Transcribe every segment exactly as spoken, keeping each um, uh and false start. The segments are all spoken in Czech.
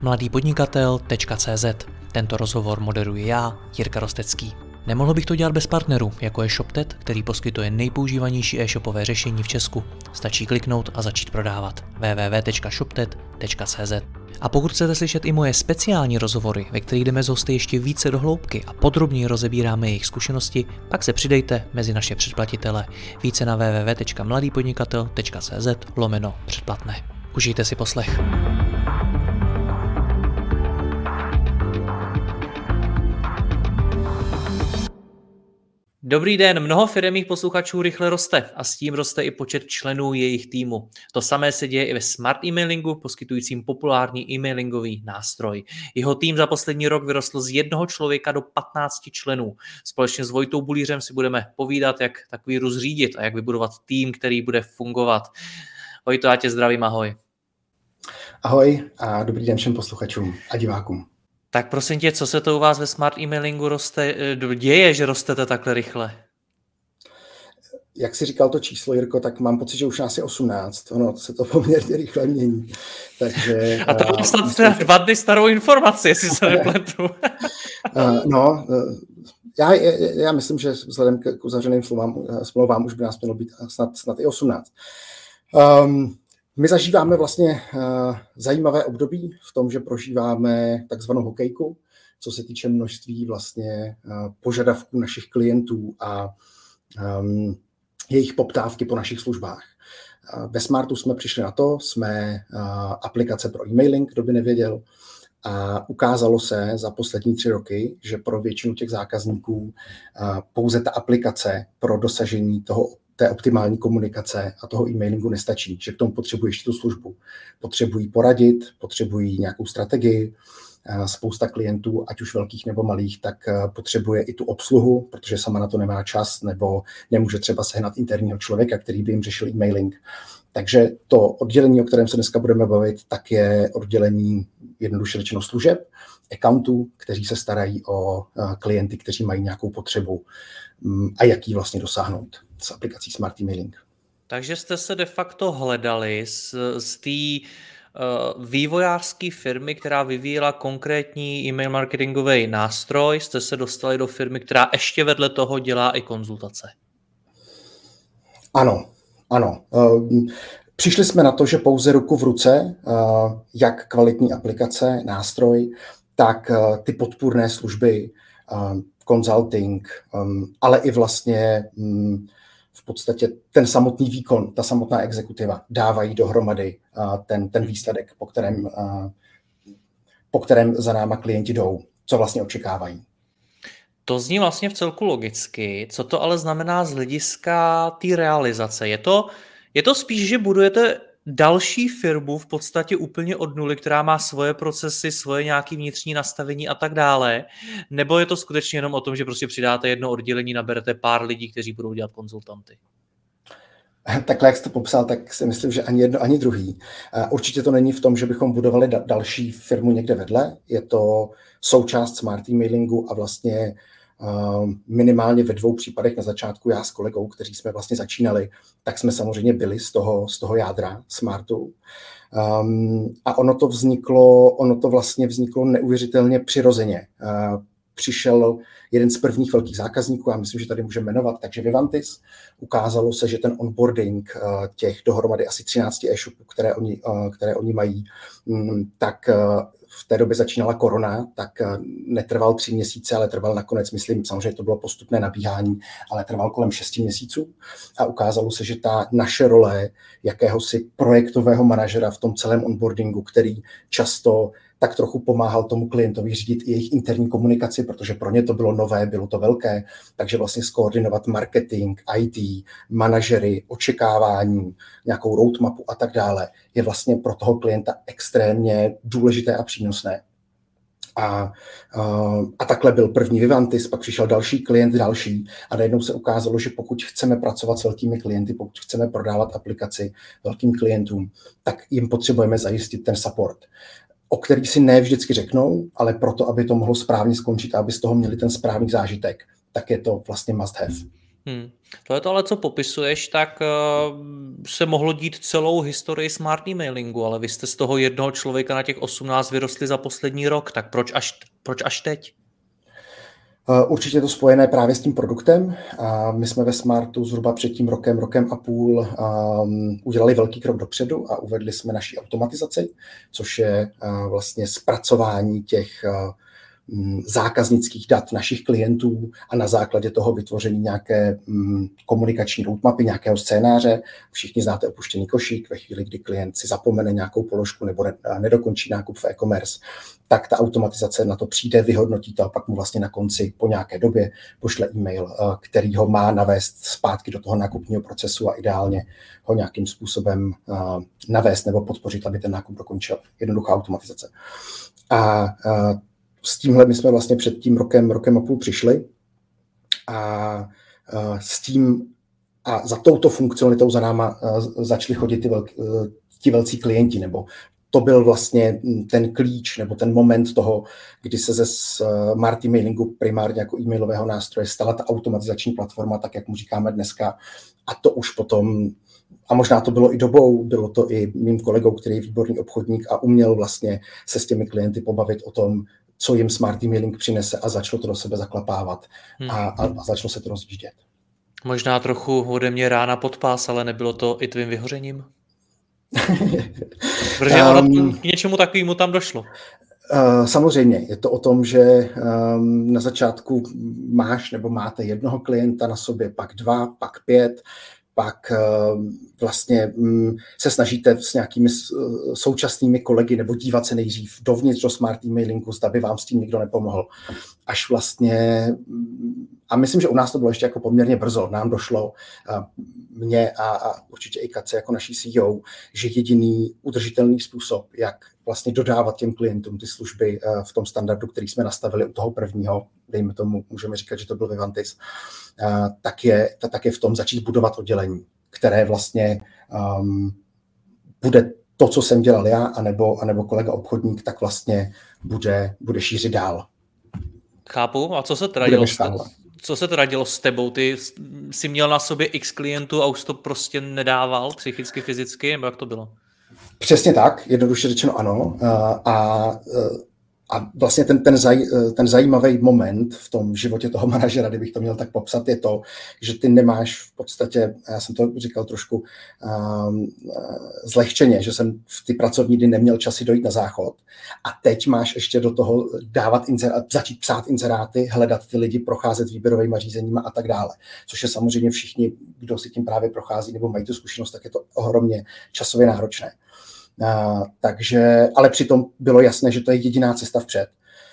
mladý podnikatel tečka cé zet. Tento rozhovor moderuji já, Jirka Rostecký. Nemohl bych to dělat bez partnerů, jako je ShopTet, který poskytuje nejpoužívanější e-shopové řešení v Česku. Stačí kliknout a začít prodávat. w w w tečka shoptet tečka cé zet. A pokud chcete slyšet i moje speciální rozhovory, ve kterých jdeme s hosty ještě více do hloubky a podrobněji rozebíráme jejich zkušenosti, pak se přidejte mezi naše předplatitele. Více na w w w tečka mladý podnikatel tečka cé zet lomeno předplatné. Užijte si poslech. Dobrý den, mnoho firemních posluchačů rychle roste a s tím roste i počet členů jejich týmu. To samé se děje i ve Smart Emailingu, poskytujícím populární emailingový nástroj. Jeho tým za poslední rok vyrostl z jednoho člověka do patnácti členů. Společně s Vojtou Bulířem si budeme povídat, jak takový růst řídit a jak vybudovat tým, který bude fungovat. Vojto, já tě zdravím, ahoj. Ahoj a dobrý den všem posluchačům a divákům. Tak prosím tě, co se to u vás ve Smart Emailingu roste, děje, že rostete takhle rychle? Jak jsi říkal to číslo, Jirko, tak mám pocit, že už nás je osmnáct. Ono se to poměrně rychle mění. Takže, a to mám snad myslím, dva dny starou informaci, jestli se nepletu. no, já, já myslím, že vzhledem k uzavřeným smlouvám už by nás mělo být snad, snad i osmnáct. Um, My zažíváme vlastně uh, zajímavé období v tom, že prožíváme takzvanou hokejku, co se týče množství vlastně uh, požadavků našich klientů a um, jejich poptávky po našich službách. Uh, ve Smartu jsme přišli na to, jsme uh, aplikace pro e-mailing, kdo by nevěděl, a ukázalo se za poslední tři roky, že pro většinu těch zákazníků uh, pouze ta aplikace pro dosažení toho té optimální komunikace a toho e-mailingu nestačí, že k tomu potřebují ještě tu službu. Potřebují poradit, potřebují nějakou strategii. Spousta klientů, ať už velkých nebo malých, tak potřebuje i tu obsluhu, protože sama na to nemá čas nebo nemůže třeba sehnat interního člověka, který by jim řešil e-mailing. Takže to oddělení, o kterém se dneska budeme bavit, tak je oddělení jednoduše řečeno služeb, accountů, kteří se starají o klienty, kteří mají nějakou potřebu a jak ji vlastně dosáhnout s aplikací Smart Emailing. Takže jste se de facto hledali z, z té uh, vývojářské firmy, která vyvíjela konkrétní e-mail marketingový nástroj, jste se dostali do firmy, která ještě vedle toho dělá i konzultace. Ano, ano. Uh, přišli jsme na to, že pouze ruku v ruce, uh, jak kvalitní aplikace, nástroj, tak uh, ty podpůrné služby, uh, consulting, um, ale i vlastně um, v podstatě ten samotný výkon, ta samotná exekutiva dávají dohromady uh, ten, ten výsledek, po kterém, uh, po kterém za náma klienti jdou, co vlastně očekávají. To zní vlastně v celku logicky. Co to ale znamená z hlediska té realizace? Je to, je to spíš, že budujete další firmu v podstatě úplně od nuly, která má svoje procesy, svoje nějaké vnitřní nastavení a tak dále, nebo je to skutečně jenom o tom, že prostě přidáte jedno oddělení, naberete pár lidí, kteří budou dělat konzultanty? Takhle, jak jsi to popsal, tak si myslím, že ani jedno, ani druhý. Určitě to není v tom, že bychom budovali da- další firmu někde vedle. Je to součást Smart Emailingu a vlastně uh, minimálně ve dvou případech na začátku já s kolegou, kteří jsme vlastně začínali, tak jsme samozřejmě byli z toho, z toho jádra Smartu. Um, a ono to vzniklo, ono to vlastně vzniklo neuvěřitelně přirozeně. Uh, přišel jeden z prvních velkých zákazníků, já myslím, že tady můžeme jmenovat, takže Vivantis. Ukázalo se, že ten onboarding těch dohromady asi třináct e-shopů, které oni, které oni mají, tak v té době začínala korona, tak netrval tři měsíce, ale trval nakonec, myslím, samozřejmě to bylo postupné nabíhání, ale trval kolem šesti měsíců a ukázalo se, že ta naše role jakéhosi projektového manažera v tom celém onboardingu, který často tak trochu pomáhal tomu klientovi řídit i jejich interní komunikaci, protože pro ně to bylo nové, bylo to velké, takže vlastně skoordinovat marketing, í té, manažery, očekávání, nějakou roadmapu a tak dále, je vlastně pro toho klienta extrémně důležité a přínosné. A, a takhle byl první Vivantis, pak přišel další klient, další a najednou se ukázalo, že pokud chceme pracovat s velkými klienty, pokud chceme prodávat aplikaci velkým klientům, tak jim potřebujeme zajistit ten support, o který si ne vždycky řeknou, ale proto, aby to mohlo správně skončit a aby z toho měli ten správný zážitek, tak je to vlastně must have. Hmm. Tohle to ale, co popisuješ, tak uh, se mohlo dít celou historii smart emailingu, ale vy jste z toho jednoho člověka na těch osmnáct vyrostli za poslední rok, tak proč až, proč až teď? Určitě je to spojené právě s tím produktem. A my jsme ve Smartu zhruba před tím rokem, rokem a půl um, udělali velký krok dopředu a uvedli jsme naši automatizaci, což je uh, vlastně zpracování těch uh, zákaznických dat našich klientů a na základě toho vytvoření nějaké um, komunikační roadmapy, nějakého scénáře. Všichni znáte opuštěný košík, ve chvíli, kdy klient si zapomene nějakou položku nebo ne, nedokončí nákup v e-commerce, tak ta automatizace na to přijde, vyhodnotí to a pak mu vlastně na konci po nějaké době pošle e-mail, který ho má navést zpátky do toho nákupního procesu a ideálně ho nějakým způsobem navést nebo podpořit, aby ten nákup dokončil. Jednoduchá automatizace. A s tímhle my jsme vlastně před tím rokem, rokem a půl přišli a s tím a za touto funkcionalitou za náma začali chodit ty velký, ti velcí klienti, nebo to byl vlastně ten klíč nebo ten moment toho, kdy se ze smart emailingu primárně jako e-mailového nástroje stala ta automatizační platforma, tak jak mu říkáme dneska. A to už potom, a možná to bylo i dobou, bylo to i mým kolegou, který je výborný obchodník a uměl vlastně se s těmi klienty pobavit o tom, co jim smart emailing přinese a začalo to do sebe zaklapávat a, a, a začalo se to rozjíždět. Možná trochu ode mě rána pod pás, ale nebylo to i tvým vyhořením? Protože ono um, k něčemu takovému tam došlo. Uh, samozřejmě, je to o tom, že um, na začátku máš nebo máte jednoho klienta na sobě, pak dva, pak pět, pak uh, vlastně um, se snažíte s nějakými uh, současnými kolegy nebo dívat se nejdřív dovnitř do smart emailingu, zda by vám s tím nikdo nepomohl. Až vlastně, a myslím, že u nás to bylo ještě jako poměrně brzo, nám došlo, uh, mně a, a určitě i Katce jako naší C E O, že jediný udržitelný způsob, jak vlastně dodávat těm klientům ty služby uh, v tom standardu, který jsme nastavili u toho prvního, dejme tomu, můžeme říkat, že to byl Vivantis, uh, tak, je, tak je v tom začít budovat oddělení, které vlastně um, bude to, co jsem dělal já, anebo, anebo kolega obchodník, tak vlastně bude, bude šířit dál. Chápu. A co se teda dělo? Co se teda dělo s tebou? Ty jsi měl na sobě x klientů a už to prostě nedával psychicky, fyzicky, nebo jak to bylo? Přesně tak, jednoduše řečeno ano. A, a, a vlastně ten, ten, zaj, ten zajímavý moment v tom životě toho manažera, kdybych to měl tak popsat, je to, že ty nemáš v podstatě, já jsem to říkal trošku um, zlehčeně, že jsem v ty pracovní dny neměl časy dojít na záchod a teď máš ještě do toho dávat inzerát, začít psát inzeráty, hledat ty lidi, procházet výběrovými řízeníma a tak dále. Což je samozřejmě všichni, kdo si tím právě prochází nebo mají tu zkušenost, tak je to ohromně časově náročné. Uh, takže, ale přitom bylo jasné, že to je jediná cesta vpřed.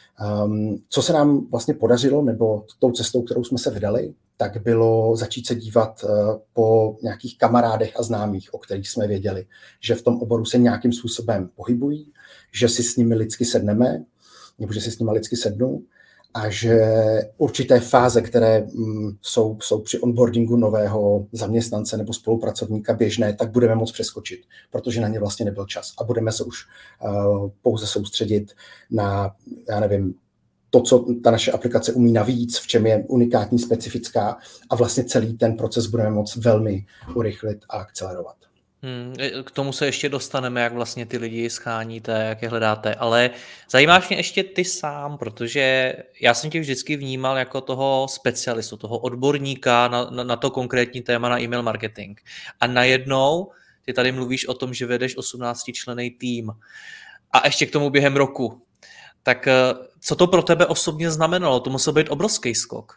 Um, co se nám vlastně podařilo, nebo tou cestou, kterou jsme se vydali, tak bylo začít se dívat uh, po nějakých kamarádech a známých, o kterých jsme věděli, že v tom oboru se nějakým způsobem pohybují, že si s nimi lidsky sedneme, nebo že si s nimi lidsky sednou, a že určité fáze, které mm, jsou, jsou při onboardingu nového zaměstnance nebo spolupracovníka běžné, tak budeme moct přeskočit, protože na ně vlastně nebyl čas. A budeme se už uh, pouze soustředit na, já nevím, to, co ta naše aplikace umí navíc, v čem je unikátní, specifická a vlastně celý ten proces budeme moct velmi urychlit a akcelerovat. Hmm, k tomu se ještě dostaneme, jak vlastně ty lidi scháníte, jak je hledáte, ale zajímáš mě ještě ty sám, protože já jsem tě vždycky vnímal jako toho specialistu, toho odborníka na, na, na to konkrétní téma na e-mail marketing. A najednou ty tady mluvíš o tom, že vedeš osmnáctičlenný tým a ještě k tomu během roku. Tak co to pro tebe osobně znamenalo? To musel být obrovský skok.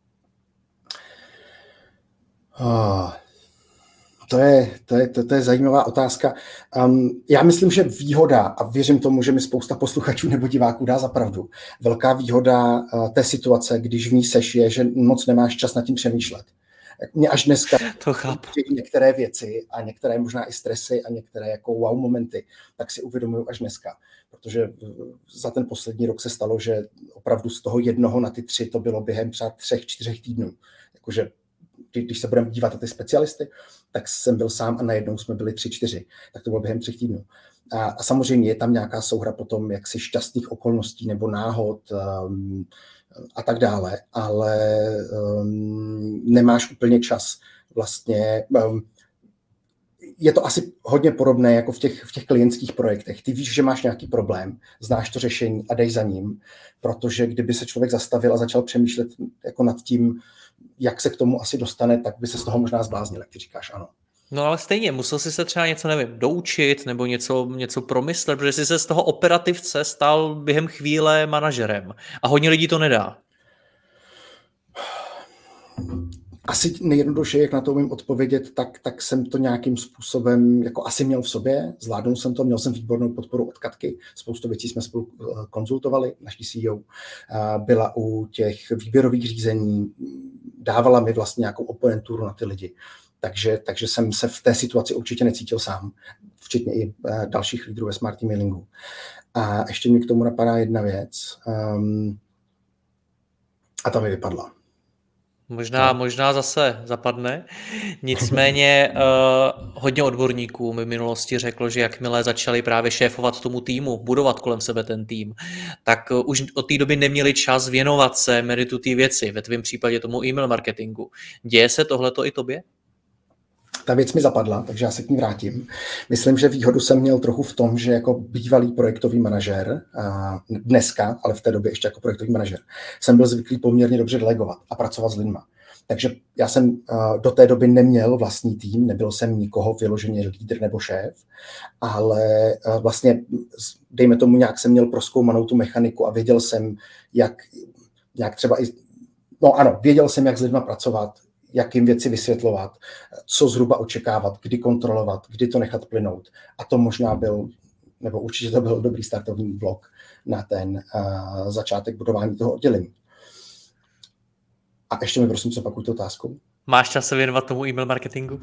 Oh. To je, to, je, to, to je zajímavá otázka. Um, já myslím, že výhoda, a věřím tomu, že mi spousta posluchačů nebo diváků dá za pravdu, velká výhoda uh, té situace, když v ní seš, je, že moc nemáš čas nad tím přemýšlet. Mě až dneska to chápu. Některé věci a některé možná i stresy a některé jako wow momenty, tak si uvědomuju až dneska. Protože za ten poslední rok se stalo, že opravdu z toho jednoho na ty tři to bylo během třeba třech, čtyřech týdnů. Jakože když se budeme dívat na ty specialisty, tak jsem byl sám a najednou jsme byli tři, čtyři. Tak to bylo během třech týdnů. A, a samozřejmě je tam nějaká souhra potom jaksi šťastných okolností nebo náhod um, a tak dále, ale um, nemáš úplně čas vlastně. Um, je to asi hodně podobné jako v těch, v těch klientských projektech. Ty víš, že máš nějaký problém, znáš to řešení a jdeš za ním, protože kdyby se člověk zastavil a začal přemýšlet jako nad tím, jak se k tomu asi dostane, tak by se z toho možná zbláznil, jak ty říkáš, ano. No ale stejně, musel jsi se třeba něco, nevím, doučit nebo něco, něco promyslet, protože jsi se z toho operativce stal během chvíle manažerem. A hodně lidí to nedá. Asi nejjednodušší, jak na to umím odpovědět, tak, tak jsem to nějakým způsobem jako asi měl v sobě, zvládnul jsem to, měl jsem výbornou podporu od Katky, spoustu věcí jsme spolu konzultovali, naší C E O, byla u těch výběrových řízení, dávala mi vlastně nějakou oponenturu na ty lidi, takže, takže jsem se v té situaci určitě necítil sám, včetně i dalších lídrů ve Smart Emailingu. A ještě mi k tomu napadá jedna věc um, a ta mi vypadla. Možná, možná zase zapadne. Nicméně uh, hodně odborníků mi v minulosti řeklo, že jakmile začali právě šéfovat tomu týmu, budovat kolem sebe ten tým, tak uh, už od té doby neměli čas věnovat se meritu té věci, ve tvém případě tomu e-mail marketingu. Děje se tohleto i tobě? Ta věc mi zapadla, takže já se k ní vrátím. Myslím, že výhodu jsem měl trochu v tom, že jako bývalý projektový manažer, dneska, ale v té době ještě jako projektový manažer, jsem byl zvyklý poměrně dobře delegovat a pracovat s lidma. Takže já jsem do té doby neměl vlastní tým, nebyl jsem nikoho vyloženě lídr nebo šéf, ale vlastně, dejme tomu, nějak jsem měl prozkoumanou tu mechaniku a věděl jsem, jak, jak třeba i, no ano, věděl jsem, jak s lidma pracovat, jak jim věci vysvětlovat, co zhruba očekávat, kdy kontrolovat, kdy to nechat plynout. A to možná byl, nebo určitě to byl dobrý startovní blok na ten uh, začátek budování toho oddělení. A ještě mi prosím, zopakuj tu otázku. Máš čas se věnovat tomu e-mail marketingu?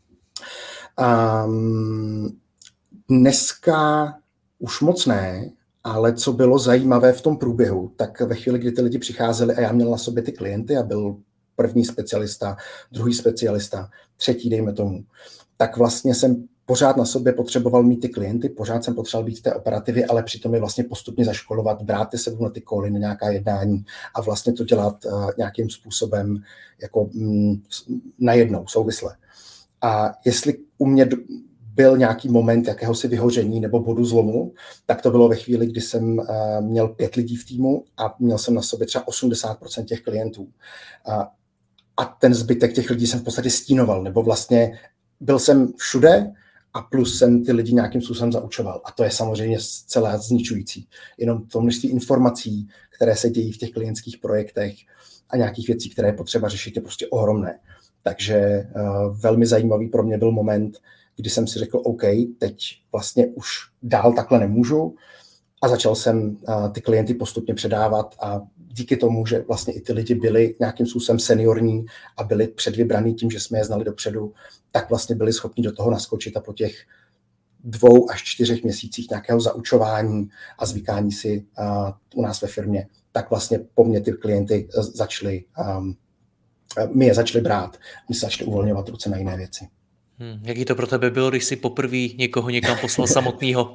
Um, dneska už moc ne, ale co bylo zajímavé v tom průběhu, tak ve chvíli, kdy ty lidi přicházeli a já měl na sobě ty klienty a byl první specialista, druhý specialista, třetí, dejme tomu, tak vlastně jsem pořád na sobě potřeboval mít ty klienty, pořád jsem potřeboval být v té operativě, ale přitom je vlastně postupně zaškolovat, brát se sebou na ty koly, na nějaká jednání a vlastně to dělat uh, nějakým způsobem jako mm, najednou, souvisle. A jestli u mě byl nějaký moment jakéhosi vyhoření nebo bodu zlomu, tak to bylo ve chvíli, kdy jsem uh, měl pět lidí v týmu a měl jsem na sobě třeba osmdesát procent těch klientů. Uh, a ten zbytek těch lidí jsem v podstatě stínoval, nebo vlastně byl jsem všude a plus jsem ty lidi nějakým způsobem zaučoval. A to je samozřejmě zcela zničující. Jenom to množství informací, které se dějí v těch klientských projektech a nějakých věcí, které je potřeba řešit, je prostě ohromné. Takže uh, velmi zajímavý pro mě byl moment, kdy jsem si řekl, OK, teď vlastně už dál takhle nemůžu a začal jsem uh, ty klienty postupně předávat a díky tomu, že vlastně i ty lidi byli nějakým způsobem seniorní a byli předvybraný tím, že jsme je znali dopředu, tak vlastně byli schopni do toho naskočit a po těch dvou až čtyřech měsících nějakého zaučování a zvykání si uh, u nás ve firmě, tak vlastně po mně ty klienty začali, um, my je začali brát, my se začali uvolňovat ruce na jiné věci. Hmm, jaký to pro tebe bylo, když jsi poprvé někoho někam poslal samotného?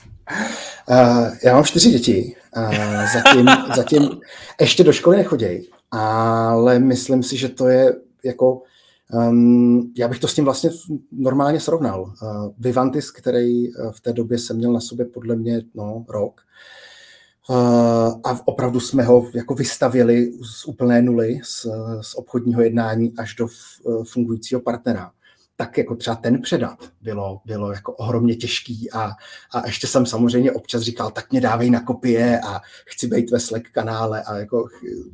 Uh, já mám čtyři děti, uh, zatím, zatím ještě do školy nechoděj, ale myslím si, že to je jako, um, já bych to s tím vlastně normálně srovnal. Uh, Vivantis, který v té době jsem měl na sobě podle mě no, rok, uh, a opravdu jsme ho jako vystavěli z úplné nuly, z, z obchodního jednání až do fungujícího partnera. Tak jako třeba ten předat bylo, bylo jako ohromně těžký a, a ještě jsem samozřejmě občas říkal, tak mě dávej na kopie a chci být ve Slack kanále a jako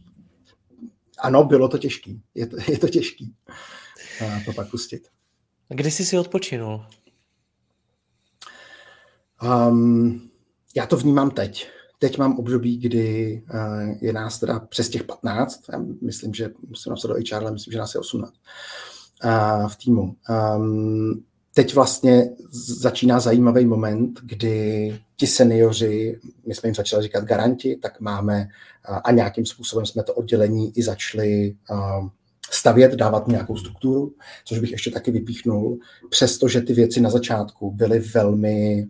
ano, bylo to těžký, je to, je to těžký a to pak pustit. Kdy jsi si odpočinul? Um, já to vnímám teď. Teď mám období, kdy uh, je nás teda přes těch patnáct, já myslím, že musím napsat do H R, ale myslím, že nás je osmnáct. v týmu. Um, teď vlastně začíná zajímavý moment, kdy ti seniori, my jsme jim začali říkat garanti, tak máme a nějakým způsobem jsme to oddělení i začali um, stavět, dávat mu nějakou strukturu, což bych ještě taky vypíchnul, přestože ty věci na začátku byly velmi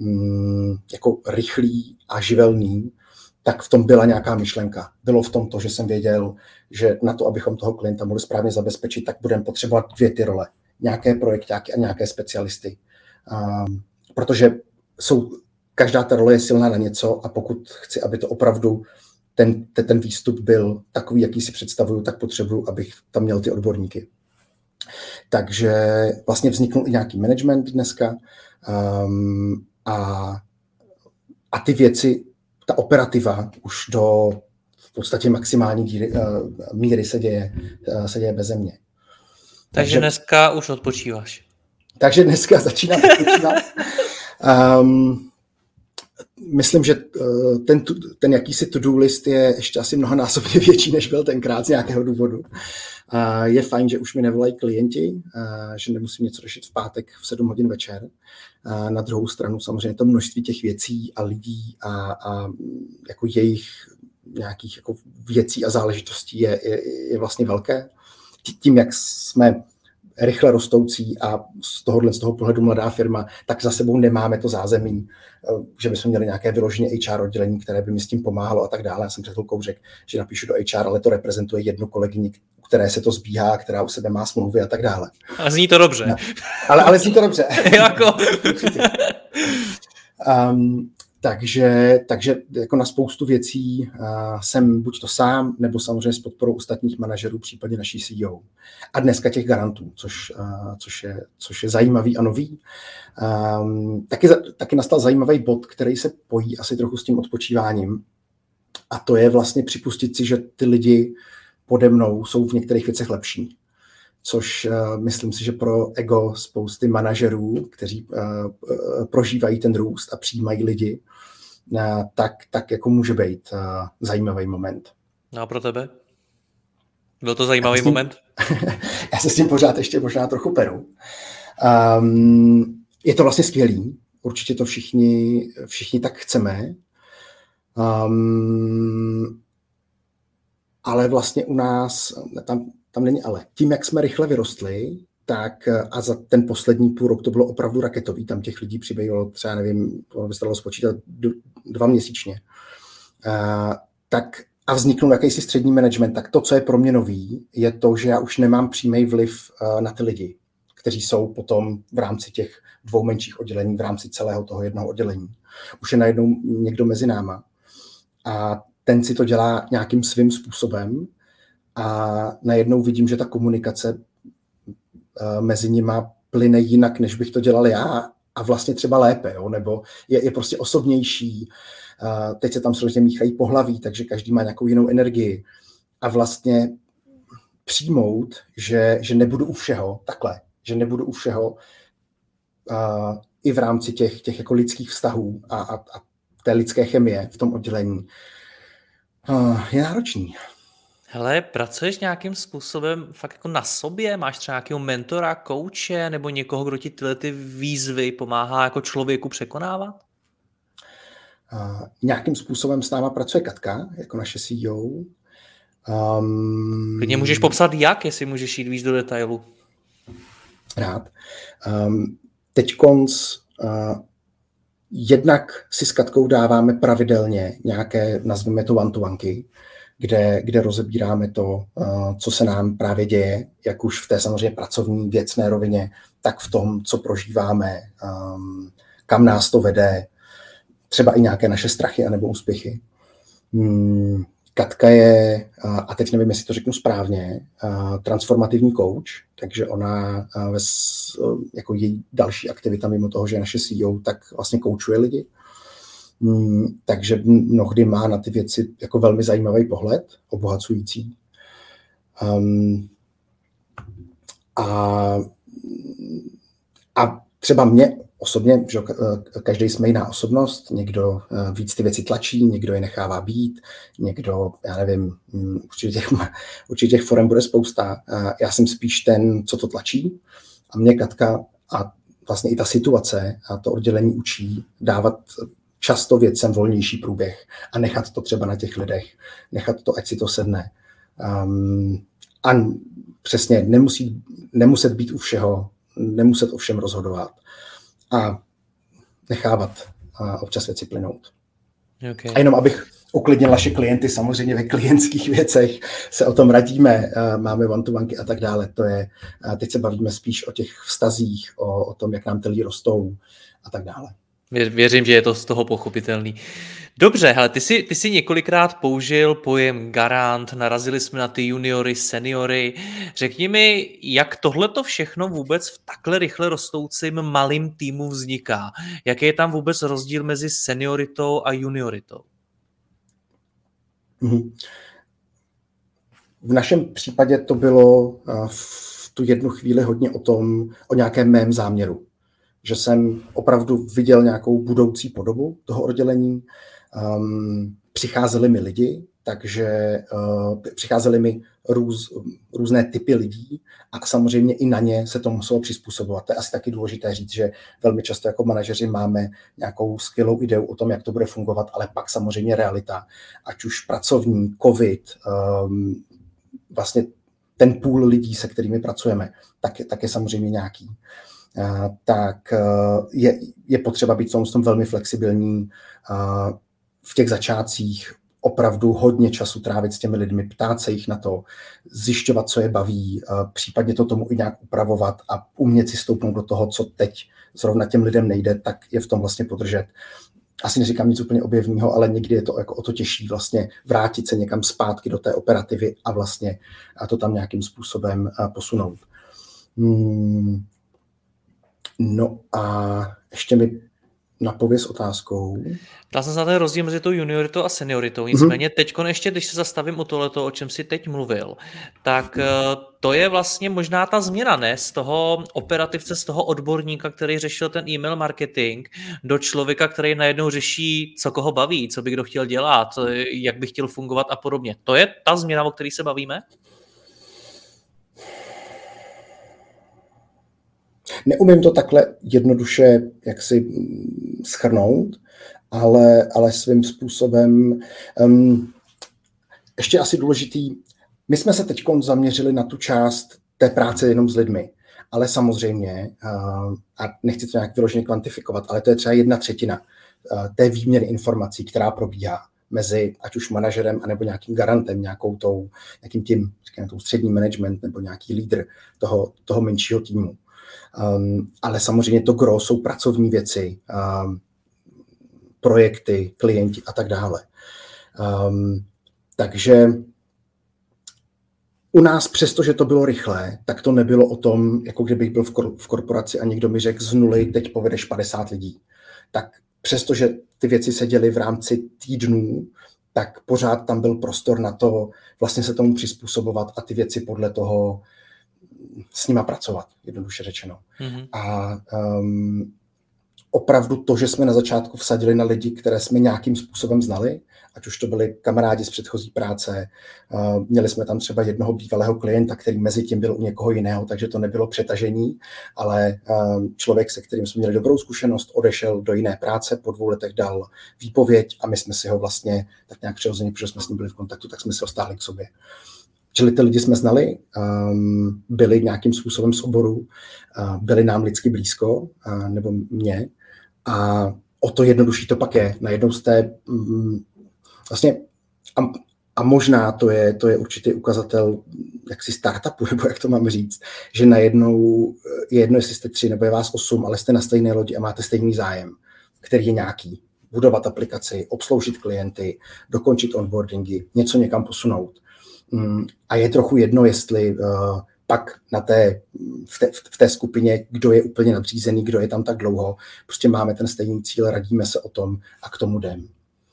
mm, jako rychlý a živelný, tak v tom byla nějaká myšlenka. Bylo v tom to, že jsem věděl, že na to, abychom toho klienta mohli správně zabezpečit, tak budeme potřebovat dvě ty role. Nějaké projektáky a nějaké specialisty. Um, protože jsou, každá ta role je silná na něco a pokud chci, aby to opravdu ten, ten výstup byl takový, jaký si představuju, tak potřebuju, abych tam měl ty odborníky. Takže vlastně vzniknul i nějaký management dneska um, a, a ty věci, ta operativa už do v podstatě maximální díry, uh, míry se děje, uh, se děje beze mě. Takže, takže dneska už odpočíváš. Takže dneska začínám odpočívat. Um, myslím, že ten, ten jakýsi to-do list je ještě asi mnohonásobně větší, než byl tenkrát z nějakého důvodu. Uh, je fajn, že už mi nevolají klienti, uh, že nemusím něco řešit v pátek v sedm hodin večer. Uh, na druhou stranu samozřejmě to množství těch věcí a lidí a, a jako jejich nějakých jako věcí a záležitostí je, je, je vlastně velké. Tím, jak jsme rychle rostoucí a z tohohle z toho pohledu mladá firma, tak za sebou nemáme to zázemí, že bychom měli nějaké vyloženě H R oddělení, které by mi s tím pomáhalo a tak dále. Já jsem před chvilkou řekl, že napíšu do H R, ale to reprezentuje jednu kolegyni, které se to zbíhá, která u sebe má smlouvy a tak dále. A zní to dobře. No, ale, ale zní to dobře. jako. um, takže, takže jako na spoustu věcí uh, jsem buď to sám, nebo samozřejmě s podporou ostatních manažerů, případně naší C E O. A dneska těch garantů, což, uh, což, je, což je zajímavý a nový. Um, taky, taky nastal zajímavý bod, který se pojí asi trochu s tím odpočíváním. A to je vlastně připustit si, že ty lidi pode mnou jsou v některých věcech lepší. Což uh, myslím si, že pro ego spousty manažerů, kteří uh, uh, prožívají ten růst a přijímají lidi, uh, tak, tak jako může být uh, zajímavý moment. No a pro tebe? Byl to zajímavý tím, moment? Já se s tím pořád ještě možná trochu peru. Um, je to vlastně skvělý. Určitě to všichni, všichni tak chceme. Um, ale vlastně u nás tam Tam není ale. Tím, jak jsme rychle vyrostli, tak a za ten poslední půl rok to bylo opravdu raketový. Tam těch lidí přibývalo třeba, nevím, to by se dalo spočítat dva měsíčně. Uh, tak a vzniknul jakýsi střední management. Tak to, co je pro mě nový, je to, že já už nemám přímý vliv uh, na ty lidi, kteří jsou potom v rámci těch dvou menších oddělení, v rámci celého toho jednoho oddělení. Už je najednou někdo mezi náma. A ten si to dělá nějakým svým způsobem. A najednou vidím, že ta komunikace uh, mezi nima plyne jinak, než bych to dělal já a vlastně třeba lépe, jo? Nebo je, je prostě osobnější. Uh, teď se tam samozřejmě míchají pohlaví, takže každý má nějakou jinou energii. A vlastně přijmout, že, že nebudu u všeho takhle, že nebudu u všeho uh, i v rámci těch, těch jako lidských vztahů a, a, a té lidské chemie v tom oddělení uh, je náročný. Hele, pracuješ nějakým způsobem fakt jako na sobě? Máš třeba nějakého mentora, kouče nebo někoho, kdo ti tyhle ty výzvy pomáhá jako člověku překonávat? Uh, nějakým způsobem s náma pracuje Katka, jako naše C E O. Um, Klidně můžeš popsat jak, jestli můžeš jít víc do detailu. Rád. Um, teď konc uh, jednak si s Katkou dáváme pravidelně nějaké, nazveme to one-to-one-ky, Kde, kde rozebíráme to, co se nám právě děje, jak už v té samozřejmě pracovní věcné rovině, tak v tom, co prožíváme, kam nás to vede, třeba i nějaké naše strachy anebo úspěchy. Katka je, a teď nevím, jestli to řeknu správně, transformativní coach, takže ona jako její další aktivita mimo toho, že je naše C E O, tak vlastně koučuje lidi. Hmm, takže mnohdy má na ty věci jako velmi zajímavý pohled, obohacující. Um, a, a třeba mě osobně, že každý jsme jiná osobnost, někdo víc ty věci tlačí, někdo je nechává být, někdo, já nevím, určitě těch, určitě těch forem bude spousta. Já jsem spíš ten, co to tlačí a mě Katka a vlastně i ta situace a to oddělení učí dávat často věcem volnější průběh a nechat to třeba na těch lidech, nechat to, ať si to sedne. Um, a přesně nemusí, nemuset být u všeho, nemuset o všem rozhodovat. A nechávat občas věci plynout. Okay. A jenom abych uklidnil naše klienty, samozřejmě ve klientských věcech se o tom radíme, máme one-to-one a tak dále. To je, teď se bavíme spíš o těch vztazích, o, o tom, jak nám ty lidi rostou a tak dále. Věřím, že je to z toho pochopitelný. Dobře, hele, ty jsi, ty jsi několikrát použil pojem garant, narazili jsme na ty juniory, seniory. Řekni mi, jak tohleto všechno vůbec v takhle rychle rostoucím malým týmu vzniká? Jaký je tam vůbec rozdíl mezi senioritou a junioritou? V našem případě to bylo v tu jednu chvíli hodně o tom, o nějakém mém záměru. Že jsem opravdu viděl nějakou budoucí podobu toho oddělení. Um, přicházeli mi lidi, takže uh, přicházeli mi růz, různé typy lidí a samozřejmě i na ně se to muselo přizpůsobovat. To je asi taky důležité říct, že velmi často jako manažeři máme nějakou skvělou ideu o tom, jak to bude fungovat, ale pak samozřejmě realita, ať už pracovní, covid, um, vlastně ten půl lidí, se kterými pracujeme, tak, tak je samozřejmě nějaký. Uh, tak uh, je, je potřeba být v tom, v tom velmi flexibilní, uh, v těch začátcích opravdu hodně času trávit s těmi lidmi, ptát se jich na to, zjišťovat, co je baví, uh, případně to tomu i nějak upravovat a umět si stoupnout do toho, co teď zrovna těm lidem nejde, tak je v tom vlastně podržet. Asi neříkám nic úplně objevného, ale někdy je to jako o to těžší vlastně vrátit se někam zpátky do té operativy a vlastně a to tam nějakým způsobem uh, posunout. Hmm. No a ještě mi napověz otázkou. Ptal jsem se na ten rozdíl mezi tou junioritou a senioritou. Nicméně mm-hmm. teď ještě, když se zastavím u tohleto, o čem jsi teď mluvil, tak to je vlastně možná ta změna, ne? Z toho operativce, z toho odborníka, který řešil ten e-mail marketing, do člověka, který najednou řeší, co koho baví, co by kdo chtěl dělat, jak by chtěl fungovat a podobně. To je ta změna, o které se bavíme? Neumím to takhle jednoduše jaksi shrnout, ale, ale svým způsobem um, ještě asi důležitý, my jsme se teď zaměřili na tu část té práce jenom s lidmi, ale samozřejmě, uh, a nechci to nějak vyloženě kvantifikovat, ale to je třeba jedna třetina uh, té výměny informací, která probíhá mezi ať už manažerem, anebo nějakým garantem, nějakou tou, nějakým tím, říkám, tou střední management nebo nějaký lídr toho, toho menšího týmu. Um, ale samozřejmě to gros jsou pracovní věci, um, projekty, klienti a tak dále. Um, takže u nás, přestože to bylo rychlé, tak to nebylo o tom, jako kdybych byl v, kor- v korporaci a někdo mi řekl z nuly, teď povedeš padesát lidí. Tak přestože ty věci se děly v rámci týdnů, tak pořád tam byl prostor na to vlastně se tomu přizpůsobovat a ty věci podle toho s nima pracovat, jednoduše řečeno. Mm-hmm. A um, opravdu to, že jsme na začátku vsadili na lidi, které jsme nějakým způsobem znali, ať už to byli kamarádi z předchozí práce, uh, měli jsme tam třeba jednoho bývalého klienta, který mezi tím byl u někoho jiného, takže to nebylo přetažení, ale uh, člověk, se kterým jsme měli dobrou zkušenost, odešel do jiné práce, po dvou letech dal výpověď a my jsme si ho vlastně tak nějak přirozeně, protože jsme s ním byli v kontaktu, tak jsme si ho stáhli k sobě. Čili ty lidi jsme znali, um, byli nějakým způsobem z oboru, uh, byli nám lidsky blízko, uh, nebo mě. A o to jednodušší to pak je. Najednou jste um, vlastně, a, a možná to je, to je určitý ukazatel jaksi startupu, nebo jak to mám říct, že najednou je jedno, jestli jste tři, nebo je vás osm, ale jste na stejné lodi a máte stejný zájem, který je nějaký. Budovat aplikaci, obsloužit klienty, dokončit onboardingy, něco někam posunout. A je trochu jedno, jestli uh, pak na té, v, té, v té skupině, kdo je úplně nadřízený, kdo je tam tak dlouho. Prostě máme ten stejný cíl, radíme se o tom a k tomu jdem.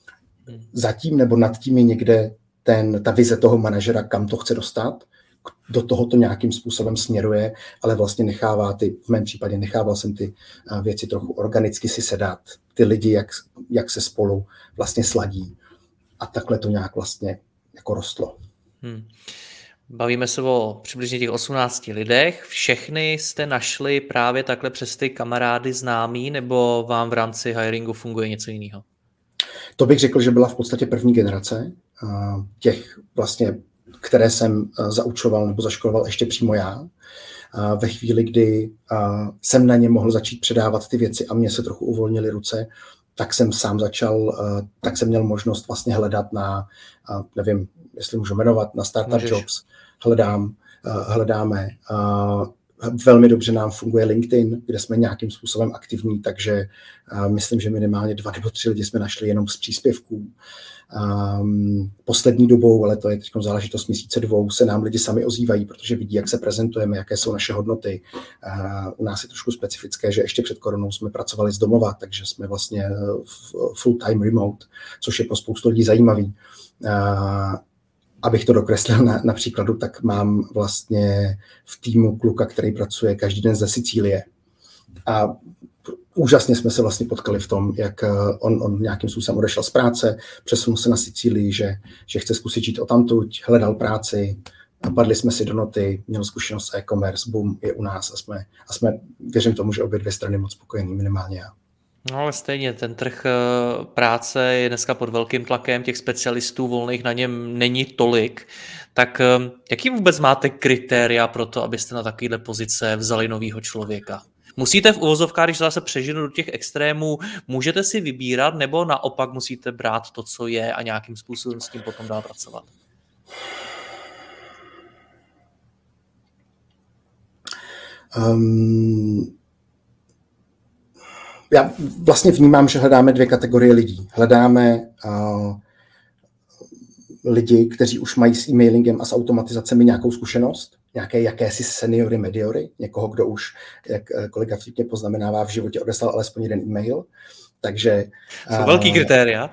Zatím nebo nad tím je někde ten, ta vize toho manažera, kam to chce dostat. Do toho to nějakým způsobem směruje, ale vlastně nechává ty, v mém případě nechával jsem ty uh, věci trochu organicky si sedat. Ty lidi, jak, jak se spolu vlastně sladí. A takhle to nějak vlastně jako rostlo. Hmm. Bavíme se o přibližně těch osmnácti lidech. Všechny jste našli právě takhle přes ty kamarády známí, nebo vám v rámci hiringu funguje něco jiného? To bych řekl, že byla v podstatě první generace těch vlastně, které jsem zaučoval nebo zaškoloval ještě přímo já. ve chvíli, kdy jsem na ně mohl začít předávat ty věci a mě se trochu uvolnily ruce, tak jsem sám začal, tak jsem měl možnost vlastně hledat na, nevím, jestli můžu jmenovat, na Startup Můžeš. Jobs. Hledám, hledáme. Velmi dobře nám funguje LinkedIn, kde jsme nějakým způsobem aktivní, takže myslím, že minimálně dva nebo tři lidi jsme našli jenom z příspěvků. Um, poslední dobou, ale to je teď záležitost měsíce dvou, se nám lidi sami ozývají, protože vidí, jak se prezentujeme, jaké jsou naše hodnoty. Uh, u nás je trošku specifické, že ještě před koronou jsme pracovali z domova, takže jsme vlastně full-time remote, což je pro spoustu lidí zajímavý. Uh, abych to dokreslil na, na příkladu, tak mám vlastně v týmu kluka, který pracuje každý den ze Sicílie. A úžasně jsme se vlastně potkali v tom, jak on, on nějakým způsobem odešel z práce, přesunul se na Sicílii, že, že chce zkusit žít odtamtud, hledal práci, napadli jsme si do noty, měl zkušenost s e-commerce, boom, je u nás a jsme, a jsme věřím tomu, že obě dvě strany moc spokojení, minimálně já. No ale stejně, ten trh práce je dneska pod velkým tlakem, těch specialistů volných na něm není tolik, tak jaký vůbec máte kritéria pro to, abyste na takovéhle pozice vzali novýho člověka? Musíte v uvozovkách, když zase přežinu do těch extrémů, můžete si vybírat, nebo naopak musíte brát to, co je a nějakým způsobem s tím potom dál pracovat? Um, já vlastně vnímám, že hledáme dvě kategorie lidí. Hledáme uh, lidi, kteří už mají s e-mailingem a s automatizacemi nějakou zkušenost, nějaké jakési seniory, mediory, někoho, kdo už, jak kolega vtipně poznamenává, v životě odeslal alespoň jeden e-mail. Takže... Jsou uh, velký kritéria.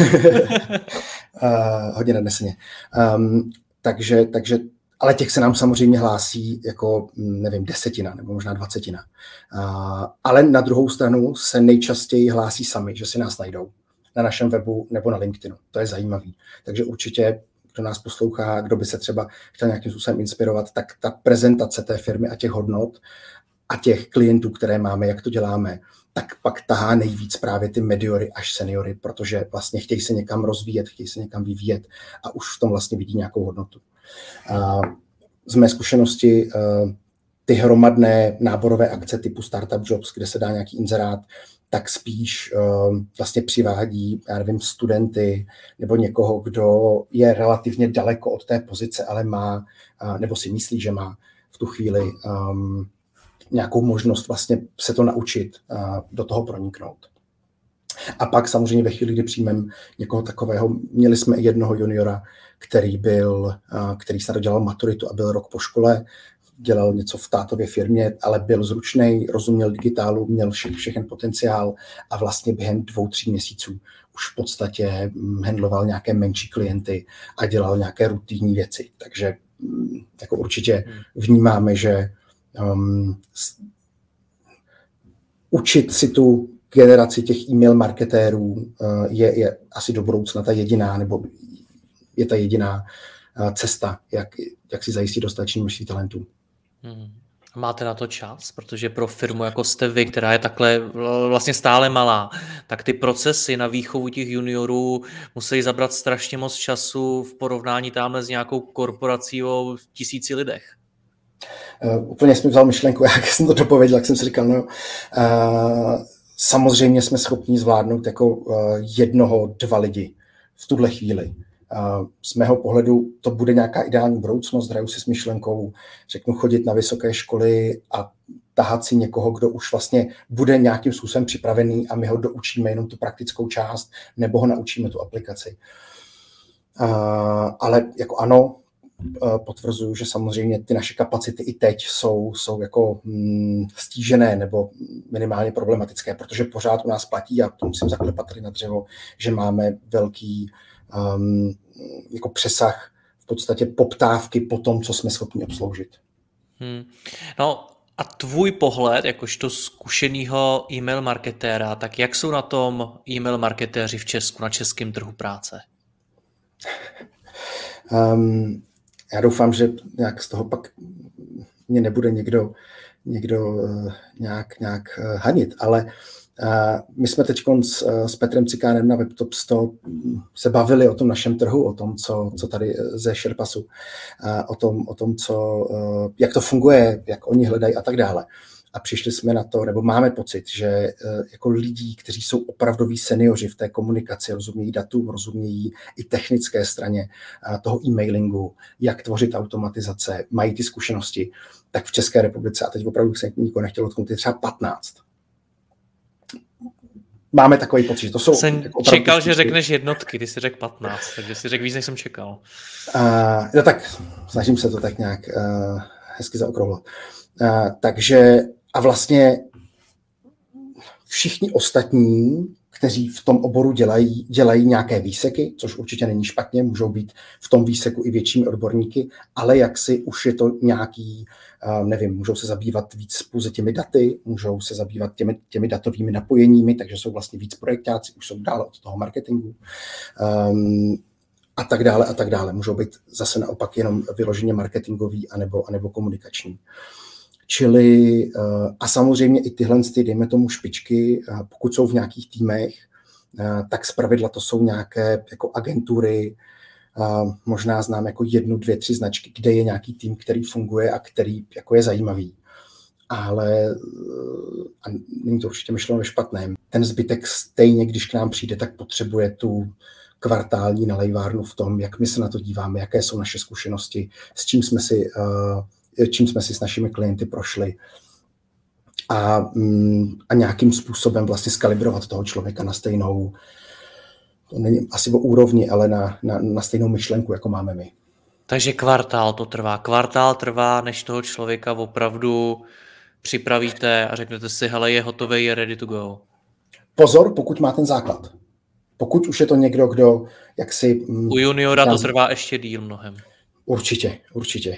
uh, hodně nadneseně. Um, takže, takže, ale těch se nám samozřejmě hlásí jako, nevím, desetina nebo možná dvacetina. Uh, ale na druhou stranu se nejčastěji hlásí sami, že si nás najdou na našem webu nebo na LinkedInu. To je zajímavý. Takže určitě, kdo nás poslouchá, kdo by se třeba chtěl nějakým způsobem inspirovat, tak ta prezentace té firmy a těch hodnot a těch klientů, které máme, jak to děláme, tak pak tahá nejvíc právě ty mediory až seniory, protože vlastně chtějí se někam rozvíjet, chtějí se někam vyvíjet a už v tom vlastně vidí nějakou hodnotu. A z mé zkušenosti ty hromadné náborové akce typu Startup Jobs, kde se dá nějaký inzerát, tak spíš uh, vlastně přivádí, já nevím, studenty nebo někoho, kdo je relativně daleko od té pozice, ale má, uh, nebo si myslí, že má v tu chvíli um, nějakou možnost vlastně se to naučit, uh, do toho proniknout. A pak samozřejmě ve chvíli, kdy přijmeme někoho takového, měli jsme i jednoho juniora, který byl, uh, který se dodělal maturitu a byl rok po škole, dělal něco v tátově firmě, ale byl zručnej, rozuměl digitálu, měl vše, všechen potenciál a vlastně během dvou, tří měsíců už v podstatě handloval nějaké menší klienty a dělal nějaké rutinní věci. Takže jako určitě vnímáme, že um, učit si tu generaci těch e-mail marketérů uh, je, je asi do budoucna ta jediná, nebo je ta jediná uh, cesta, jak, jak si zajistit dostatečné množství talentů. Hmm. Máte na to čas? Protože pro firmu jako jste vy, která je takhle vlastně stále malá, tak ty procesy na výchovu těch juniorů musí zabrat strašně moc času v porovnání tamhle s nějakou korporací o tisíci lidech. Uh, úplně jsem vzal myšlenku, jak jsem to dopověděl, jak jsem si říkal, no, uh, samozřejmě jsme schopni zvládnout jako uh, jednoho, dva lidi v tuhle chvíli. Uh, z mého pohledu to bude nějaká ideální budoucnost, hraju si s myšlenkou, řeknu chodit na vysoké školy a tahat si někoho, kdo už vlastně bude nějakým způsobem připravený a my ho doučíme jenom tu praktickou část nebo ho naučíme tu aplikaci. Uh, ale jako ano, uh, potvrzuju, že samozřejmě ty naše kapacity i teď jsou, jsou jako hm, stížené nebo minimálně problematické, protože pořád u nás platí, a to musím zaklepat tady na dřevo, že máme velký Um, jako přesah v podstatě poptávky po tom, co jsme schopni obsloužit. Hmm. No a tvůj pohled, jakožto zkušenýho e-mail marketéra, tak jak jsou na tom e-mail marketéři v Česku, na českém trhu práce? Um, já doufám, že nějak z toho pak mě nebude někdo, někdo uh, nějak, nějak uh, hanit, ale My jsme teď s Petrem Cikánem na WebTop sto se bavili o tom našem trhu, o tom, co, co tady ze Sherpasu, o tom, o tom co, jak to funguje, jak oni hledají a tak dále. A přišli jsme na to, nebo máme pocit, že jako lidí, kteří jsou opravdoví seniori v té komunikaci, rozumějí datům, rozumějí i technické straně toho e-mailingu, jak tvořit automatizace, mají ty zkušenosti, tak v České republice, a teď opravdu se nikoho nechtěl dotknout, je třeba patnáct. Máme takový pocit, že to jsou... Jsem jako čekal, zkušky. Že řekneš jednotky, ty jsi řekl patnáct, takže jsi řekl víc, než jsem čekal. Uh, no tak, snažím se to tak nějak uh, hezky zaokrouhlat. Uh, takže a vlastně všichni ostatní, kteří v tom oboru dělají, dělají nějaké výseky, což určitě není špatně, můžou být v tom výseku i většími odborníky, ale jaksi už je to nějaký, nevím, můžou se zabývat víc pouze těmi daty, můžou se zabývat těmi, těmi datovými napojeními, takže jsou vlastně víc projektáci, už jsou dále od toho marketingu um, a tak dále a tak dále. Můžou být zase naopak jenom vyloženě marketingový anebo, anebo komunikační. Čili a samozřejmě i tyhle, dejme tomu špičky, pokud jsou v nějakých týmech, tak zpravidla to jsou nějaké jako agentury, možná znám jako jednu, dvě, tři značky, kde je nějaký tým, který funguje a který jako je zajímavý. Ale a není to určitě myšleno ve špatném. Ten zbytek stejně, když k nám přijde, tak potřebuje tu kvartální nalejvárnu v tom, jak my se na to díváme, jaké jsou naše zkušenosti, s čím jsme si čím jsme si s našimi klienty prošli a, a nějakým způsobem vlastně skalibrovat toho člověka na stejnou, to není asi o úrovni, ale na, na, na stejnou myšlenku, jako máme my. Takže kvartál to trvá. Kvartál trvá, než toho člověka opravdu připravíte a řeknete si, hele, je hotový, je ready to go. Pozor, pokud má ten základ. Pokud už je to někdo, kdo jaksi... U juniora to trvá ještě díl mnohem. Určitě, určitě.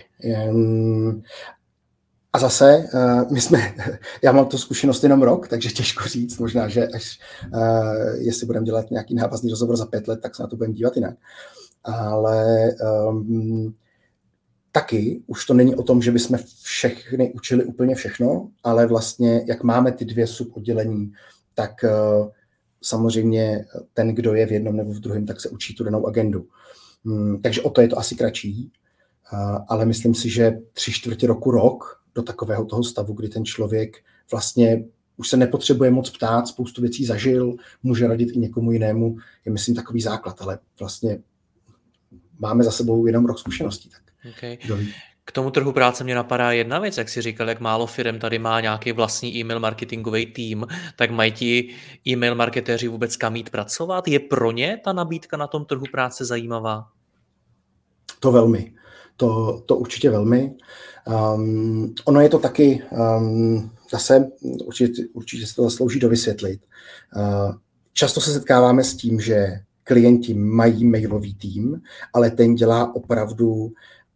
A zase, my jsme, já mám tu zkušenost jenom rok, takže těžko říct, možná, že až, jestli budeme dělat nějaký návazný rozhovor za pět let, tak se na to budeme dívat jinak. Ale um, taky už to není o tom, že bychom všechny učili úplně všechno, ale vlastně, jak máme ty dvě suboddělení, tak uh, samozřejmě ten, kdo je v jednom nebo v druhém, tak se učí tu danou agendu. Hmm, takže o to je to asi kratší, uh, ale myslím si, že tři čtvrtě roku, rok do takového toho stavu, kdy ten člověk vlastně už se nepotřebuje moc ptát, spoustu věcí zažil, může radit i někomu jinému, je myslím takový základ, ale vlastně máme za sebou jenom rok zkušeností. Tak. Okay. K tomu trhu práce mě napadá jedna věc, jak jsi říkal, jak málo firem tady má nějaký vlastní e-mail marketingový tým, tak mají ti e-mail marketéři vůbec kam jít pracovat? Je pro ně ta nabídka na tom trhu práce zajímavá? To velmi. To, to určitě velmi. Um, ono je to taky, um, zase určitě, určitě se to zaslouží dovysvětlit. Uh, často se setkáváme s tím, že klienti mají mailový tým, ale ten dělá opravdu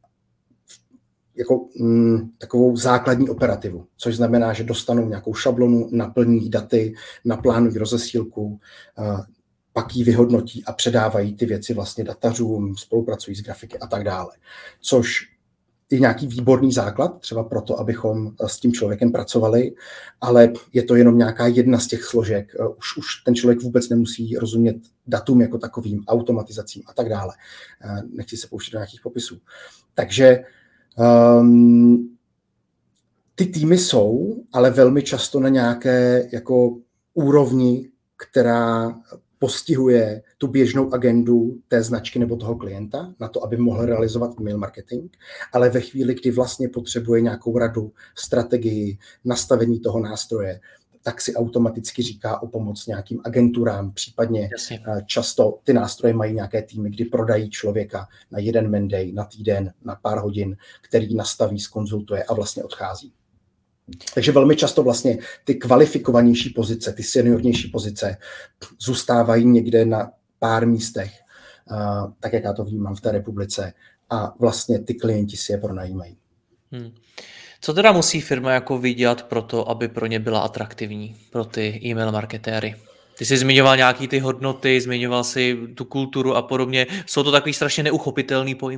jako mm, takovou základní operativu, což znamená, že dostanou nějakou šablonu, naplní daty, naplánují rozesílku, uh, pak ji vyhodnotí a předávají ty věci vlastně datařům, spolupracují s grafiky a tak dále. Což je nějaký výborný základ, třeba proto, abychom s tím člověkem pracovali, ale je to jenom nějaká jedna z těch složek. Už, už ten člověk vůbec nemusí rozumět datům jako takovým, automatizacím a tak dále. Nechci se pouštět do nějakých popisů. Takže um, ty týmy jsou, ale velmi často na nějaké jako úrovni, která postihuje tu běžnou agendu té značky nebo toho klienta na to, aby mohl realizovat email marketing, ale ve chvíli, kdy vlastně potřebuje nějakou radu, strategii, nastavení toho nástroje, tak si automaticky říká o pomoc nějakým agenturám, případně Jasně. často ty nástroje mají nějaké týmy, kdy prodají člověka na jeden mandej, na týden, na pár hodin, který nastaví, zkonzultuje a vlastně odchází. Takže velmi často vlastně ty kvalifikovanější pozice, ty seniornější pozice zůstávají někde na pár místech, tak jak já to vnímám v té republice, a vlastně ty klienti si je pronajímají. Hmm. Co teda musí firma jako vydělat pro to, aby pro ně byla atraktivní, pro ty e-mail marketéry? Ty jsi zmiňoval nějaký ty hodnoty, zmiňoval si tu kulturu a podobně. Jsou to takový strašně neuchopitelný pojmy.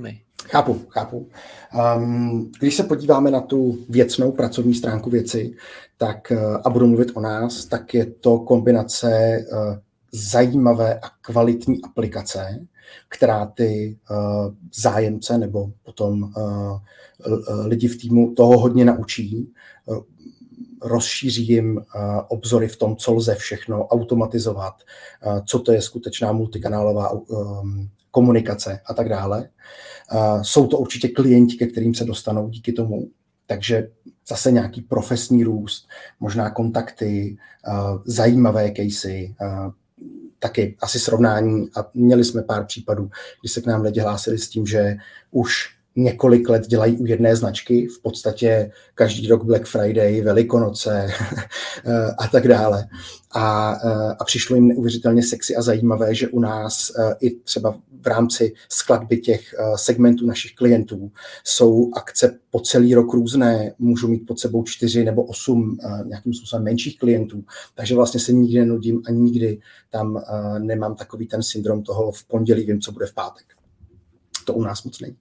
Chápu, chápu. Um, když se podíváme na tu věcnou pracovní stránku věci, tak, a budu mluvit o nás, tak je to kombinace uh, zajímavé a kvalitní aplikace, která ty uh, zájemce nebo potom uh, lidi v týmu toho hodně naučí, uh, rozšíří jim uh, obzory v tom, co lze všechno automatizovat, uh, co to je skutečná multikanálová um, komunikace a tak dále. Uh, jsou to určitě klienti, ke kterým se dostanou díky tomu, takže zase nějaký profesní růst, možná kontakty, uh, zajímavé casey, uh, taky asi srovnání a měli jsme pár případů, kdy se k nám lidi hlásili s tím, že už několik let dělají u jedné značky, v podstatě každý rok Black Friday, Velikonoce a tak dále. A, a přišlo jim neuvěřitelně sexy a zajímavé, že u nás i třeba v rámci skladby těch segmentů našich klientů jsou akce po celý rok různé, můžu mít pod sebou čtyři nebo osm nějakým způsobem menších klientů, takže vlastně se nikdy nenudím a nikdy tam nemám takový ten syndrom toho v pondělí vím, co bude v pátek. To u nás moc není.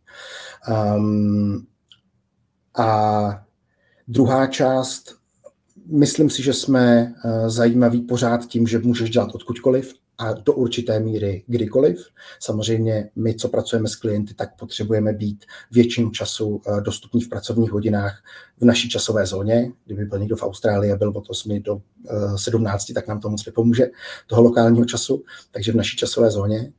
Um, a druhá část, myslím si, že jsme uh, zajímaví pořád tím, že můžeš dělat odkudkoliv a do určité míry kdykoliv. Samozřejmě my, co pracujeme s klienty, tak potřebujeme být většinu času uh, dostupní v pracovních hodinách v naší časové zóně. Kdyby byl někdo v Austrálii a byl od osmi do uh, sedmnácti, tak nám to moc nepomůže, toho lokálního času, takže v naší časové zóně.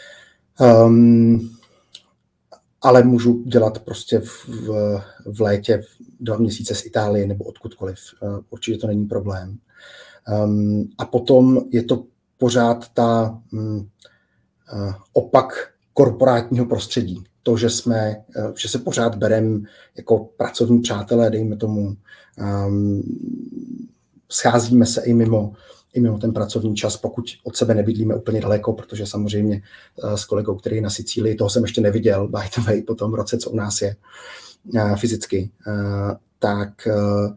Um, ale můžu dělat prostě v, v, v létě dva měsíce z Itálie nebo odkudkoliv. Určitě to není problém. Um, a potom je to pořád ta um, uh, opak korporátního prostředí. To, že jsme, uh, že se pořád bereme jako pracovní přátelé, dejme tomu, um, scházíme se i mimo i mimo ten pracovní čas, pokud od sebe nebydlíme úplně daleko, protože samozřejmě s kolegou, který je na Sicílii, toho jsem ještě neviděl, by the way, po tom roce, co u nás je fyzicky, tak,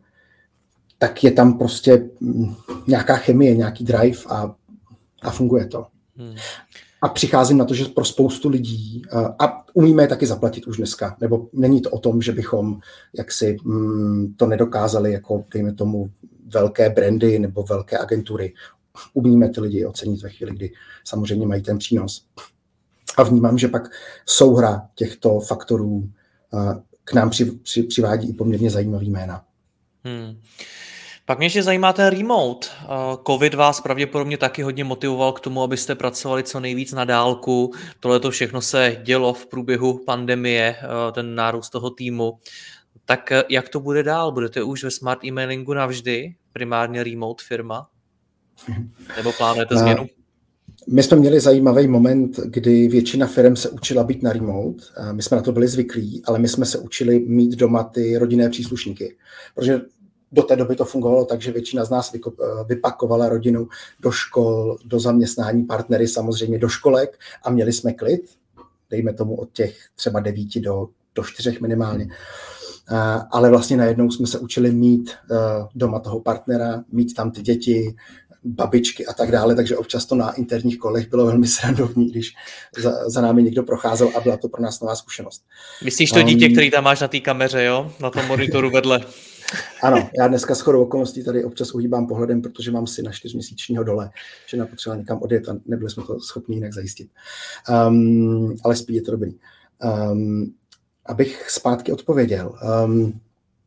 tak je tam prostě nějaká chemie, nějaký drive a, a funguje to. Hmm. A přicházím na to, že pro spoustu lidí, a umíme je taky zaplatit už dneska, nebo není to o tom, že bychom jaksi to nedokázali, jako dejme tomu velké brandy nebo velké agentury. Umíme ty lidi ocenit ve chvíli, kdy samozřejmě mají ten přínos. A vnímám, že pak souhra těchto faktorů k nám při, při, přivádí i poměrně zajímavý jména. Hmm. Pak mě ještě zajímá ten remote. Covid vás pravděpodobně taky hodně motivoval k tomu, abyste pracovali co nejvíc na dálku. Tohle to všechno se dělo v průběhu pandemie, ten nárůst toho týmu. Tak jak to bude dál? Budete už ve smart emailingu navždy? Primárně remote firma? Nebo plánujete změnu? My jsme měli zajímavý moment, kdy většina firm se učila být na remote. My jsme na to byli zvyklí, ale my jsme se učili mít doma ty rodinné příslušníky. Protože do té doby to fungovalo tak, že většina z nás vypakovala rodinu do škol, do zaměstnání, partnery samozřejmě do školek a měli jsme klid, dejme tomu od těch třeba devíti do, do čtyřech minimálně. Ale vlastně najednou jsme se učili mít doma toho partnera, mít tam ty děti, babičky a tak dále, takže občas to na interních kolech bylo velmi srandovní, když za, za námi někdo procházel a byla to pro nás nová zkušenost. Myslíš to dítě, um, který tam máš na té kameře, jo? Na tom monitoru vedle? Ano, já dneska shodou okolností tady občas uhýbám pohledem, protože mám syna čtyřměsíčního dole, že nepotřeboval někam odjet a nebyli jsme to schopni jinak zajistit. Um, ale spíš je to dobrý. Um, abych zpátky odpověděl. Um,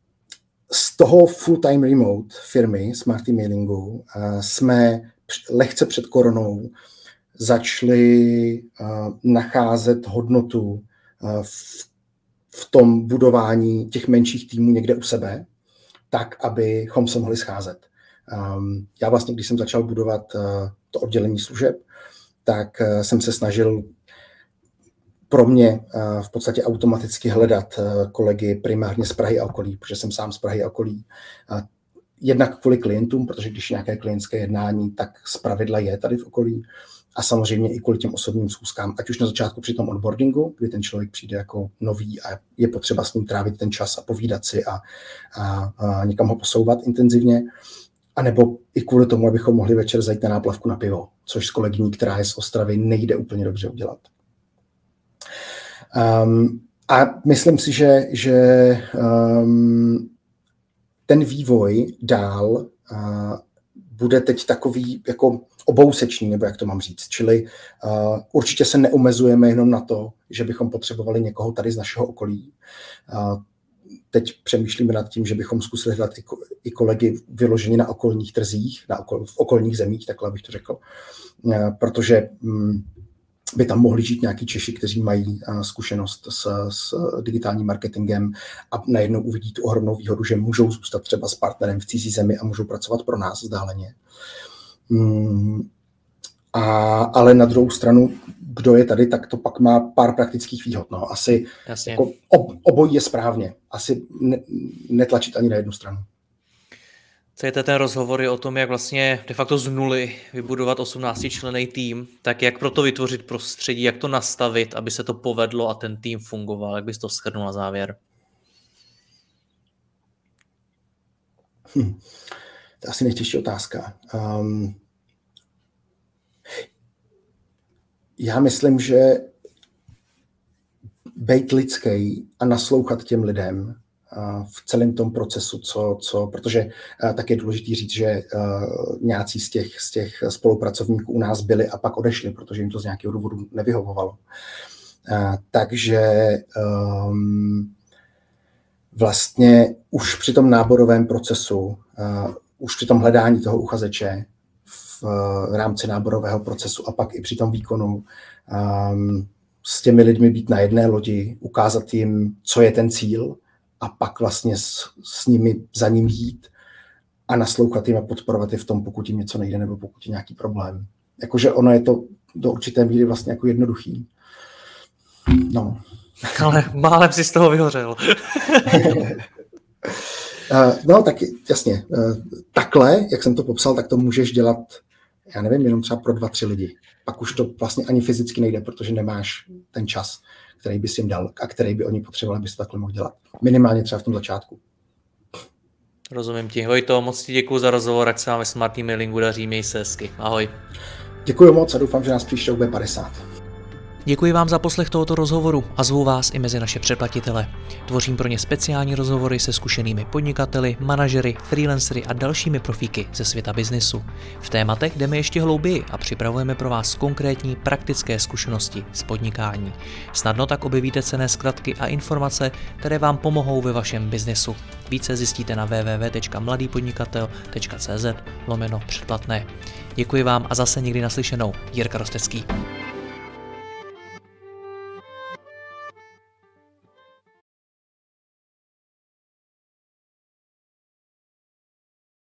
z toho full-time remote firmy Smart Emailingu uh, jsme lehce před koronou začali uh, nacházet hodnotu uh, v, v tom budování těch menších týmů někde u sebe, tak, abychom se mohli scházet. Um, já vlastně, když jsem začal budovat uh, to oddělení služeb, tak uh, jsem se snažil pro mě uh, v podstatě automaticky hledat uh, kolegy primárně z Prahy a okolí, protože jsem sám z Prahy a okolí. Uh, jednak kvůli klientům, protože když nějaké klientské jednání, tak zpravidla je tady v okolí. A samozřejmě i kvůli těm osobním schůzkám, ať už na začátku při tom onboardingu, kdy ten člověk přijde jako nový a je potřeba s ním trávit ten čas a povídat si a, a, a někam ho posouvat intenzivně, anebo i kvůli tomu, abychom mohli večer zajít na náplavku na pivo, což s kolegyní, která je z Ostravy, nejde úplně dobře udělat. Um, A myslím si, že, že um, ten vývoj dál uh, bude teď takový jako obousečný, nebo jak to mám říct. Čili uh, určitě se neomezujeme jenom na to, že bychom potřebovali někoho tady z našeho okolí. Uh, teď přemýšlíme nad tím, že bychom zkusili hledat i, i kolegy vyloženě na okolních trzích, na okol, v okolních zemích, takhle bych to řekl. Uh, protože um, by tam mohli žít nějaký Češi, kteří mají uh, zkušenost s, s digitálním marketingem a najednou uvidí tu ohromnou výhodu, že můžou zůstat třeba s partnerem v cizí zemi a můžou pracovat pro nás vzdáleně. Um, a, ale na druhou stranu, kdo je tady, tak to pak má pár praktických výhod. No. Asi jako ob, obojí je správně. Asi ne, netlačit ani na jednu stranu. Celý ten rozhovor je o tom, jak vlastně de facto z nuly vybudovat osmnáctičlenný tým, tak jak pro to vytvořit prostředí, jak to nastavit, aby se to povedlo a ten tým fungoval. Jak bys to shrnul na závěr? Hm. To je asi nejtěžší otázka. Um, já myslím, že být lidský a naslouchat těm lidem v celém tom procesu, co, co, protože tak je důležité říct, že nějací z těch, z těch spolupracovníků u nás byli a pak odešli, protože jim to z nějakého důvodu nevyhovovalo. Takže um, vlastně už při tom náborovém procesu, uh, už při tom hledání toho uchazeče v uh, rámci náborového procesu a pak i při tom výkonu um, s těmi lidmi být na jedné lodi, ukázat jim, co je ten cíl, a pak vlastně s, s nimi za ním jít a naslouchat jim a podporovat je v tom, pokud jim něco nejde nebo pokud je nějaký problém. Jakože ono je to do určité míry vlastně jako jednoduchý. No. Ale málem si z toho vyhořel. No tak jasně. Takhle, jak jsem to popsal, tak to můžeš dělat, já nevím, jenom třeba pro dva, tři lidi. Pak už to vlastně ani fyzicky nejde, protože nemáš ten čas, který bys jim dal a který by oni potřebovali, aby se takhle mohl dělat. Minimálně třeba v tom začátku. Rozumím ti. Vojto, moc ti děkuju za rozhovor, ať se vám ve Smart Emailingu daří, měj se hezky. Ahoj. Děkuji moc a doufám, že nás příště bude padesát. Děkuji vám za poslech tohoto rozhovoru a zvu vás i mezi naše předplatitele. Tvořím pro ně speciální rozhovory se zkušenými podnikateli, manažery, freelancery a dalšími profíky ze světa biznisu. V tématech jdeme ještě hlouběji a připravujeme pro vás konkrétní praktické zkušenosti z podnikání. Snadno tak objevíte cenné zkratky a informace, které vám pomohou ve vašem biznesu. Více zjistíte na w w w tečka mladýpodnikatel tečka c z lomeno předplatné. Děkuji vám a zase někdy naslyšenou. Jirka Rostecký.